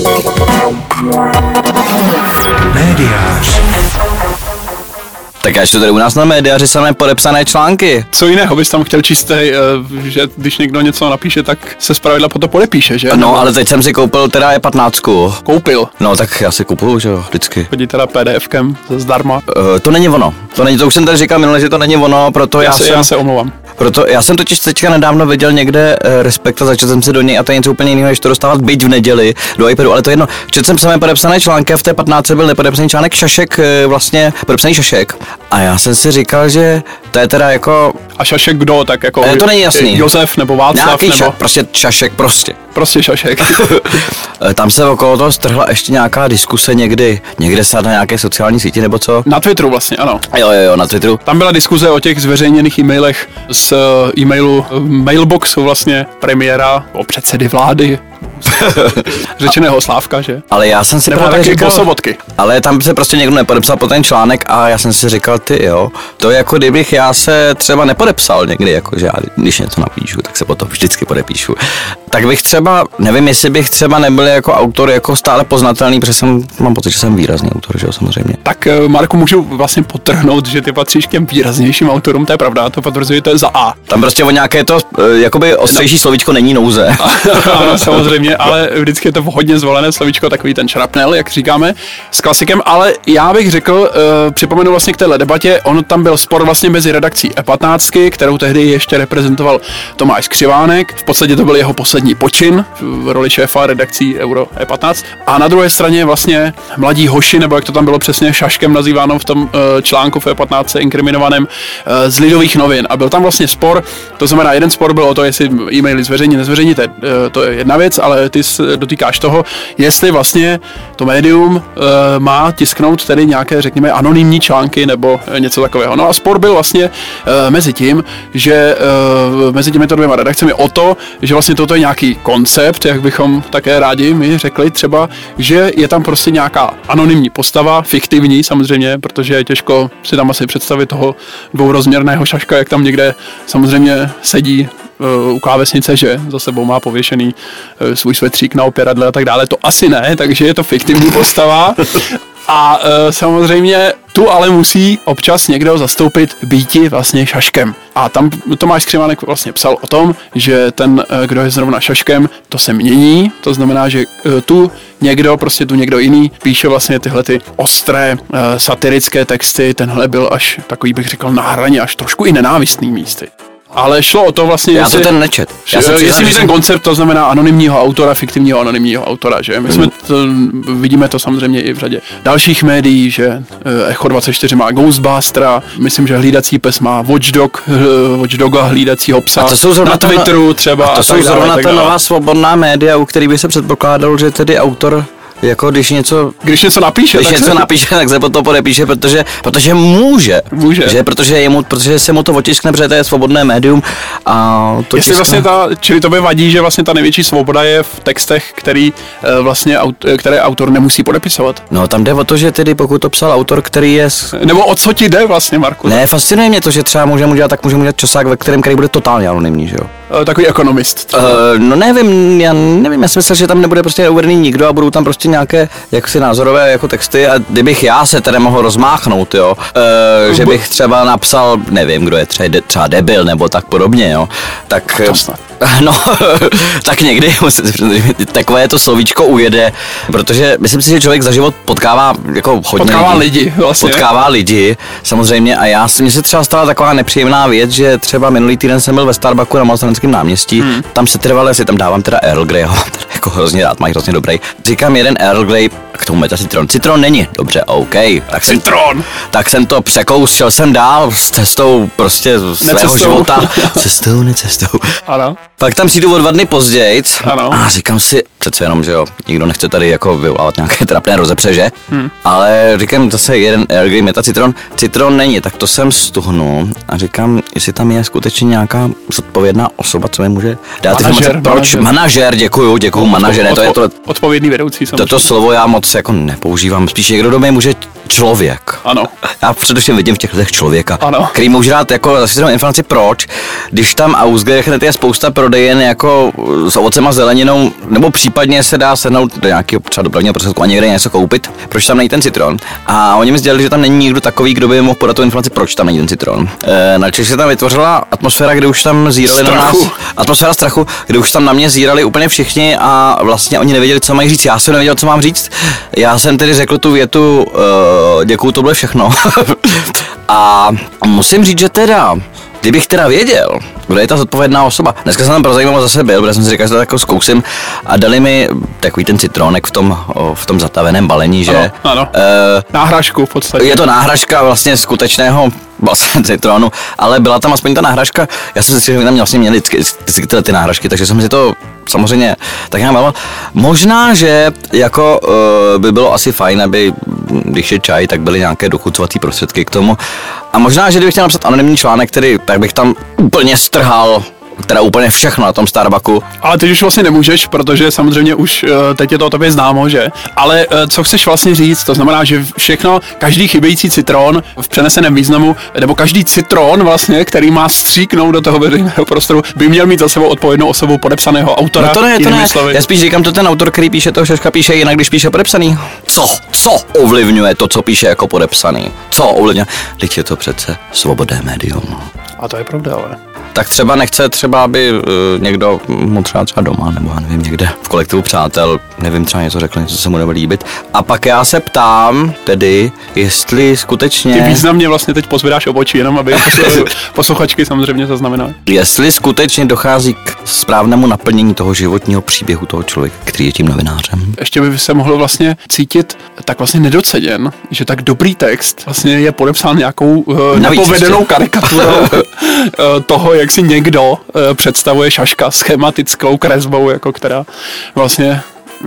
Médiář. Tak až to tady u nás na Médiáři samé podepsané články. Co jiného bys tam chtěl číst, že když někdo něco napíše, tak se zpravidla po to podepíše, že? No, ale teď jsem si koupil teda E15. Koupil? No, tak já si kupuju, že jo, vždycky. Chodí teda PDFkem zdarma. To není ono. To už jsem tady říkal minule, že to není ono, proto já se omlouvám. Proto já jsem totiž teďka nedávno viděl někde Respekt a začal jsem se do něj a to je něco úplně jiného, než to dostávat byť v neděli do iPadu, ale to je jedno. Četl jsem samé podepsané články a v té 15 byl nepodepsaný článek Šašek, vlastně podepsaný Šašek. A já jsem si říkal, že to je teda jako... A Šašek kdo? Tak jako... To není jasný. Josef nebo Václav nebo... Prostě Šašek prostě. Prostě Šašek. Tam se okolo toho strhla ještě nějaká diskuse někde se na nějaké sociální síti nebo co? Na Twitteru vlastně, ano. Jo, na Twitteru. Tam byla diskuze o těch zveřejněných e-mailech z e-mailu mailboxu vlastně premiéra o předsedy vlády. Řečeného Slávka, že? Ale já jsem si nebo právě říkal, Bosovotky. Ale tam se prostě někdo nepodepsal po ten článek a já jsem si říkal, ty jo, to jako kdybych já se třeba nepodepsal někdy, jako že já když něco napíšu, tak se potom vždycky podepíšu. Tak bych třeba, nevím, jestli bych třeba nebyl jako autor jako stále poznatelný, protože mám pocit, že jsem výrazný autor, že jo, samozřejmě. Tak Marku, můžu vlastně podtrhnout, že ty patříš k těm výraznějším autorům, to je pravda, to potvrzujete za A. Tam prostě o nějaké to, jakoby ostřejší slovíčko není nouze. Ano, samozřejmě, ale vždycky je to hodně zvolené slovíčko, takový ten šrapnel, jak říkáme, s klasikem, ale já bych řekl, připomenu vlastně k téhle debatě, on tam byl spor vlastně mezi redakcí E15, kterou tehdy ještě reprezentoval Tomáš Skřivánek, v podstatě to byl jeho poslední počin v roli šéfa redakcí Euro E15 a na druhé straně vlastně mladí hoši, nebo jak to tam bylo přesně Šaškem nazýváno v tom článku v E15 inkriminovaném z Lidových novin a byl tam vlastně spor, to znamená jeden spor byl o to, jestli e-maily zveřejní, nezveřejní, to je jedna věc, ale ty se dotýkáš toho, jestli vlastně to médium má tisknout tedy nějaké, řekněme, anonymní články nebo něco takového. No a spor byl vlastně mezi tím, že mezi těmito dvěma redakcemi o to, že vlastně toto je nějaký koncept, jak bychom také rádi my řekli třeba, že je tam prostě nějaká anonymní postava, fiktivní samozřejmě, protože je těžko si tam asi představit toho dvourozměrného Šaška, jak tam někde samozřejmě sedí u klávesnice, že za sebou má pověšený svůj svetřík na opěradle a tak dále, to asi ne, takže je to fiktivní postava a samozřejmě tu ale musí občas někdo zastoupit býti vlastně Šaškem. A tam Tomáš Skřivánek vlastně psal o tom, že ten, kdo je zrovna Šaškem, to se mění, to znamená, že tu někdo jiný píše vlastně tyhle ty ostré satirické texty, tenhle byl až takový, bych řekl, na hraně, až trošku i nenávistný místy. Ale šlo o to vlastně, já to ten nečet. Jestli ten koncept, to znamená anonymního autora, fiktivního anonymního autora, že? My jsme vidíme to samozřejmě i v řadě dalších médií, že Echo 24 má Ghostbustera, myslím, že Hlídací pes má Watchdoga, Hlídacího psa, na Twitteru třeba. A to jsou zrovna ta nová svobodná média, u kterých by se předpokládalo, že tedy autor jako když něco napíše, tak se potom podepíše, protože může. Že? Protože se mu to otiskne, protože to je svobodné médium a to jestli vlastně čili tobě vadí, že vlastně ta největší svoboda je v textech, které autor nemusí podepisovat. No tam jde o to, že tedy pokud to psal autor, který je... Nebo o co ti jde vlastně, Marku? Ne, fascinuje mě to, že třeba můžeme udělat časák, který bude totálně anonymní, že jo? Takový ekonomist. No nevím, já si myslel, že tam nebude prostě uvedený nikdo a budou tam prostě nějaké jaksi názorové jako texty a kdybych já se tedy mohl rozmáchnout, jo, že bych třeba napsal, nevím, kdo je třeba debil nebo tak podobně, jo, tak... No, tak někdy takové to slovíčko ujede, protože myslím si, že člověk za život potkává jako hodně Potkává lidi, samozřejmě a mně se třeba stala taková nepříjemná věc, že třeba minulý týden jsem byl ve Starbucku na Malostranském náměstí, tam se trvalo, jestli tam dávám teda Earl Grey, jako hrozně rád, mají hrozně dobrý. Říkám jeden Earl Grey, k tomu meta citron. Citron není, dobře, OK. Tak jsem to překous, šel jsem dál s cestou prostě svého života. Necestou. Ano. Pak tam přijdu o 2 dny později a říkám si, přece jenom, že jo, nikdo nechce tady jako vyvolávat nějaké trapné rozepře, že? Ale říkám zase jeden Earl Grey meta citron není, tak to jsem stuhnul a říkám, jestli tam je skutečně nějaká zodpovědná osoba, co mi může dát informace. Proč? Manažer, děkuju, manažer, to je to. Odpovědný vedoucí samozřejmě. Toto slovo já moc jako nepoužívám, spíš někdo, kdo mi může člověk. Ano. Já především vidím v těch lidech člověka, Ano. který může dát jako zase informaci proč, když tam Ausgerechnet je spousta prodejen jako s ovocem a zeleninou, nebo případně se dá sednout do nějakého třeba dopravního prostředku a někde něco koupit, proč tam není ten citron. A oni mi sdělili, že tam není nikdo takový, kdo by mohl podat tu informaci, proč tam není ten citron. Načež se tam vytvořila atmosféra, kde už tam zírali na nás. Atmosféra strachu, kde už tam na mě zírali úplně všichni a vlastně oni nevěděli, co mají říct. Já jsem nevěděl, co mám říct. Já jsem tedy řekl tu větu, děkuju, to bylo všechno. A musím říct, že teda, kdybych teda věděl, kdo je ta zodpovědná osoba. Dneska jsem tam pro zajímavost zase byl, protože jsem si říkal, že to jako zkousím a dali mi takový ten citronek v tom zataveném balení, že? Ano. Náhražku v podstatě. Je to náhražka vlastně skutečného vlastně citronu, ale byla tam aspoň ta náhražka. Já jsem si tam vlastně měli ty náhražky, takže jsem si to samozřejmě tak nějak bavil. Možná, že jako by bylo asi fajn, aby když je čaj, tak byly nějaké dochucovací prostředky k tomu. A možná, že kdybych chtěl napsat anonymní článek, tak bych tam úplně strhal teda úplně všechno na tom Starbucku. Ale teď už vlastně nemůžeš, protože samozřejmě už teď je to o tobě známo, že? Ale co chceš vlastně říct, to znamená, že všechno, každý chybějící citron v přeneseném významu, nebo každý citron vlastně, který má stříknout do toho veřejného prostoru, by měl mít za sebou odpovědnou osobu podepsaného autora. No to ne. Já spíš říkám, to ten autor, který píše toho šeška, píše jinak, když píše podepsaný. Co ovlivňuje to, co píše jako podepsaný? Co ovlivňuje? Teď je to přece svobodné médium. A to je pravda, ale. Tak třeba nechce aby někdo mu třeba doma, nebo já nevím, někde v kolektivu přátel, nevím, třeba něco řekl, něco se mu nebude líbit. A pak já se ptám tedy, jestli skutečně... Ty významně vlastně teď pozvedáš obočí, jenom aby posluchačky samozřejmě zaznamenaly. Jestli skutečně dochází k správnému naplnění toho životního příběhu toho člověka, který je tím novinářem. Ještě by se mohlo vlastně cítit tak vlastně nedoceněn, že tak dobrý text vlastně je podepsán nějakou nepovedenou karikaturou toho, jak si někdo představuje šaška schematickou kresbou, jako která vlastně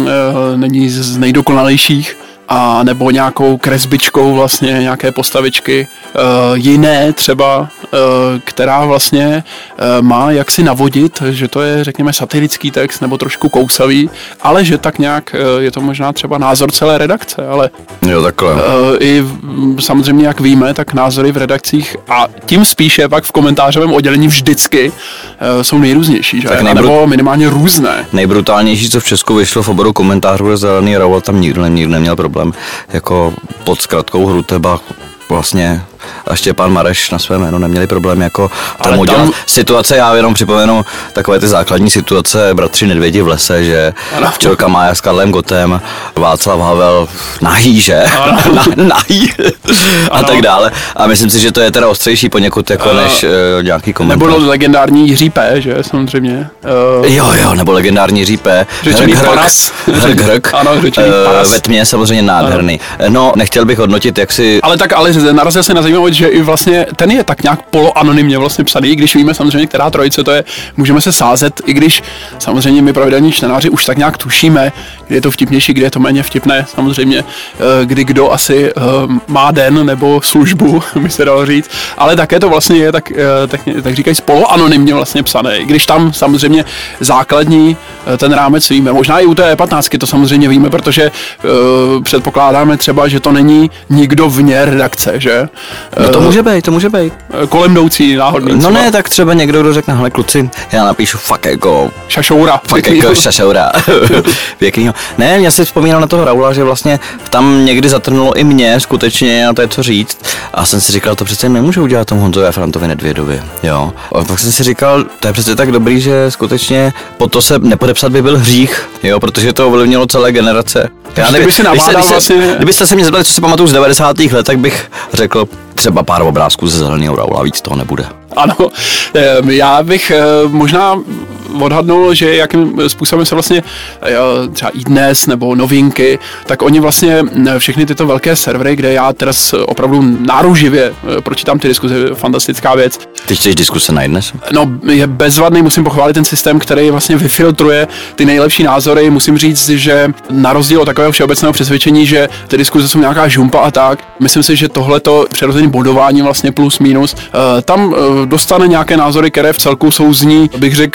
není z nejdokonalejších, a nebo nějakou kresbičkou vlastně nějaké postavičky jiné třeba, která vlastně má jaksi navodit, že to je řekněme satirický text nebo trošku kousavý, ale že tak nějak je to možná třeba názor celé redakce, ale jo, takhle. I samozřejmě jak víme, tak názory v redakcích a tím spíše pak v komentářovém oddělení vždycky jsou nejrůznější, že? Nebo minimálně různé. Nejbrutálnější, co v Česku vyšlo v oboru komentářů, je Zelený Raul, tam nikdo neměl problém. Jako pod zkratkou Hruteba vlastně a Štěpán Mareš na své jméno neměli problém jako tam udělat situace, já jenom připomenu takové ty základní situace, bratři Nedvědi v lese, že včelka Mája s Karlem Gottem, Václav Havel nahý, že? Nahý a tak dále. A myslím si, že to je teda ostřejší poněkud jako než nějaký komentář. Nebo legendární Jiří P, že samozřejmě. Jo, nebo legendární Jiří P. Hrk. Ano, řečený paras. Ve tmě samozřejmě nádherný. No, nechtěl bych hodnotit, jak si... Ale narazil se na zajímavost, že i vlastně ten je tak nějak poloanonymně vlastně psaný, když víme samozřejmě, která trojice to je, můžeme se sázet, i když samozřejmě my pravidelní čtenáři už tak nějak tušíme, kdy je to vtipnější, kdy je to méně vtipné, samozřejmě, kdy kdo asi má den nebo službu, by se dalo říct, ale také to vlastně je tak říkají poloanonymně vlastně psané, když tam samozřejmě základní ten rámec víme, možná i u té 15 to samozřejmě víme, protože předpokládáme třeba, že to není nikdo vně redakce, že? No to může být. Kolem jdoucí náhodný. No ne, tak třeba někdo, kdo řekne, hele kluci, já napíšu fakt jako... Šašoura. Fakt jako šašoura. Pěknýho. Ne, já si vzpomínal na toho Raula, že vlastně tam někdy zatrnulo i mě skutečně a to je co říct. A jsem si říkal, to přece nemůžu udělat tomu Honzovi a Frantovi Nedvědovi, jo. A pak jsem si říkal, to je přece tak dobrý, že skutečně po to se nepodepsat by byl hřích, jo, protože to ovlivnilo celé generace. Kdybyste se mě zeptali, co si pamatuju z 90. let, tak bych řekl třeba pár obrázků ze Zeleného Raula, víc toho nebude. Ano, já bych možná odhadnul, že jakým způsobem se vlastně třeba iDnes nebo Novinky, tak oni vlastně všechny tyto velké servery, kde já teraz opravdu náruživě pročítám ty diskuze, fantastická věc. Ty chceš diskuse na iDnes? No, je bezvadný, musím pochválit ten systém, který vlastně vyfiltruje ty nejlepší názory. Musím říct, že na rozdíl od takového všeobecného přesvědčení, že ty diskuze jsou nějaká žumpa a tak, myslím si, že tohleto přirozené bodování vlastně plus minus, tam dostane nějaké názory, které v celku jsou z ní, bych řekl,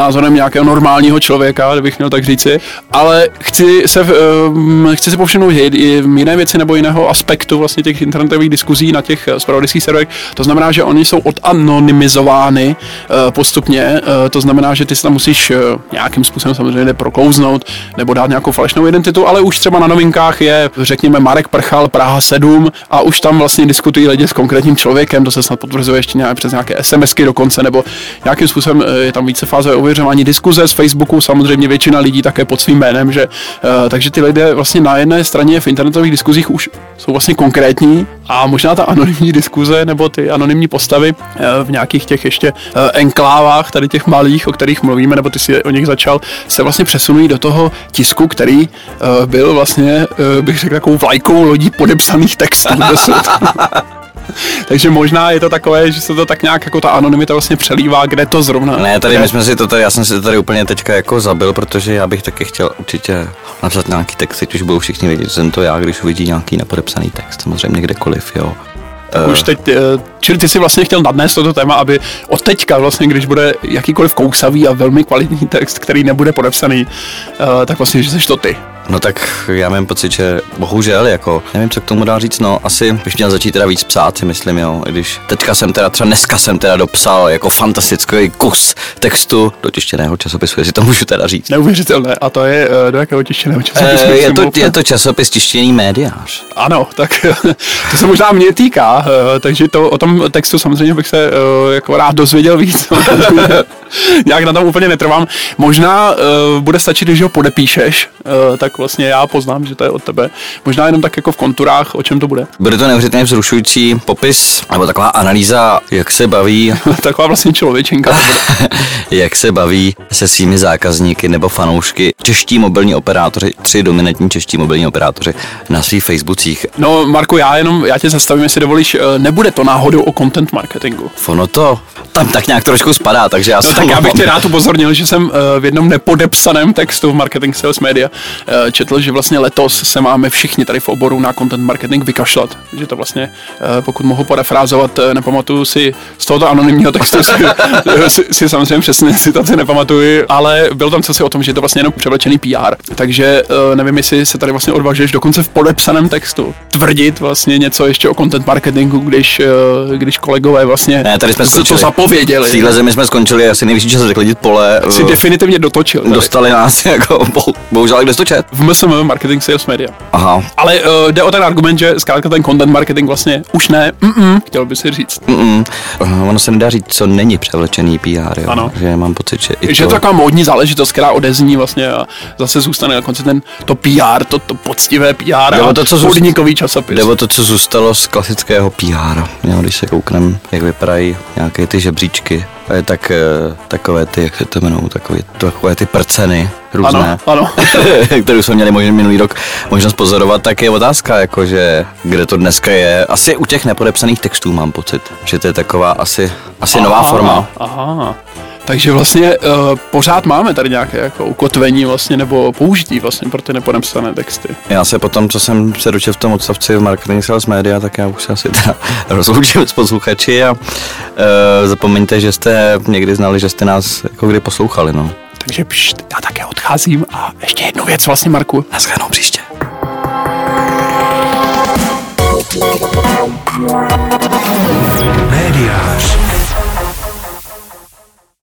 názorem nějakého normálního člověka, kdybych měl tak říci, ale chci si povšimnout jiné věci nebo jiného aspektu vlastně těch internetových diskuzí na těch zpravodajských serverech. To znamená, že oni jsou odanonymizovány postupně, to znamená, že ty se tam musíš nějakým způsobem samozřejmě proklouznout nebo dát nějakou falešnou identitu, ale už třeba na novinkách je, řekněme, Marek Prchal, Praha 7 a už tam vlastně diskutují lidi s konkrétním člověkem, to se snad potvrzuje ještě přes nějaké SMSky dokonce, nebo nějakým způsobem je tam více fáze ověřování diskuze z Facebooku, samozřejmě většina lidí také pod svým jménem, že takže ty lidé vlastně na jedné straně v internetových diskuzích už jsou vlastně konkrétní a možná ta anonymní diskuze nebo ty anonymní postavy v nějakých těch ještě enklávách, tady těch malých, o kterých mluvíme, nebo ty si o nich začal, se vlastně přesunují do toho tisku, který byl vlastně, bych řekl, takovou vlajkovou lodí podepsaných textů dosud. Takže možná je to takové, že se to tak nějak jako ta anonymita vlastně přelívá, kde to zrovna. Ne, tady my jsme si to tady, já jsem si to tady úplně teďka jako zabil, protože já bych taky chtěl určitě napsat nějaký text, teď už budou všichni vědět, že jsem to já, když uvidí nějaký nepodepsaný text, samozřejmě kdekoliv, jo. Už teď, čili ty si vlastně chtěl nadnést toto téma, aby od teďka vlastně, když bude jakýkoliv kousavý a velmi kvalitní text, který nebude podepsaný, tak vlastně, že jsi to ty. No tak já mám pocit, že bohužel, jako, nevím, co k tomu dá říct, no, asi bych měl začít teda víc psát, si myslím, jo, i když teďka jsem teda, třeba dneska jsem teda dopsal jako fantastický kus textu do tištěného časopisu, jestli to můžu teda říct. Neuvěřitelné, a to je do jakého tištěného časopisu? Je to časopis Tištěný médiář. Ano, tak to se možná mě týká, takže o tom textu samozřejmě bych se jako rád dozvěděl víc. Nějak na tom úplně netrvám. Možná bude stačit, když ho podepíšeš, tak vlastně já poznám, že to je od tebe. Možná jenom tak jako v konturách, o čem to bude. Bude to neuvěřitelně vzrušující popis, nebo taková analýza, jak se baví. Taková vlastně člověčenka. Jak se baví se svými zákazníky nebo fanoušky čeští mobilní operátoři, 3 dominantní čeští mobilní operátoři na svých Facebookích. No, Marku, já tě zastavím, jestli dovolíš, nebude to náhodou o content marketingu. Ono to tam tak nějak trošku spadá, takže já tak já bych tě rád upozornil, že jsem v jednom nepodepsaném textu v Marketing Sales Media četl, že vlastně letos se máme všichni tady v oboru na content marketing vykašlat. Že to vlastně, pokud mohu parafrázovat, nepamatuju si z tohoto anonymního textu, si samozřejmě přesně citaci nepamatuji, ale byl tam cosi o tom, že je to vlastně jenom převlečený PR. Takže nevím, jestli se tady vlastně odvážeš dokonce v podepsaném textu tvrdit vlastně něco ještě o content marketingu, když kolegové vlastně ne, tady jsme to zapověděli. V téhle zemi jsme skončili asi nejvyšší čas zaklidit pole. Si definitivně dotočil. Tady. Dostali nás jako, bohužel, kde to čet? V MSM, Marketing Sales Media. Aha. Ale jde o ten argument, že zkrátka ten content marketing vlastně už ne, chtěl by si říct. Ono se nedá říct, co není převlečený PR, jo. Ano. Že mám pocit, že i že to je taková módní záležitost, která odezní vlastně a zase zůstane na konci to PR, to poctivé PR a podnikový časopis. Nebo to, co zůstalo z klasického PR, jo, když se kouknem, jak vypadají nějaké ty žebříčky, tak takové ty, jak se to jmenou, takové ty prceny různé, ano. které jsme měli minulý rok možnost pozorovat, tak je otázka, jakože kde to dneska je. Asi u těch nepodepsaných textů mám pocit, že to je taková asi nová forma. Aha. Takže vlastně pořád máme tady nějaké jako ukotvení vlastně nebo použití vlastně pro ty nepodepsané texty. Já se potom, co jsem se dočetl v tom odstavci v Marketing Sales Media, tak já už se asi teda rozloučím s posluchači a zapomeňte, že jste někdy znali, že jste nás jako kdy poslouchali, no. Takže já také odcházím a ještě jednu věc vlastně, Marku. Naschledanou příště. Médiář.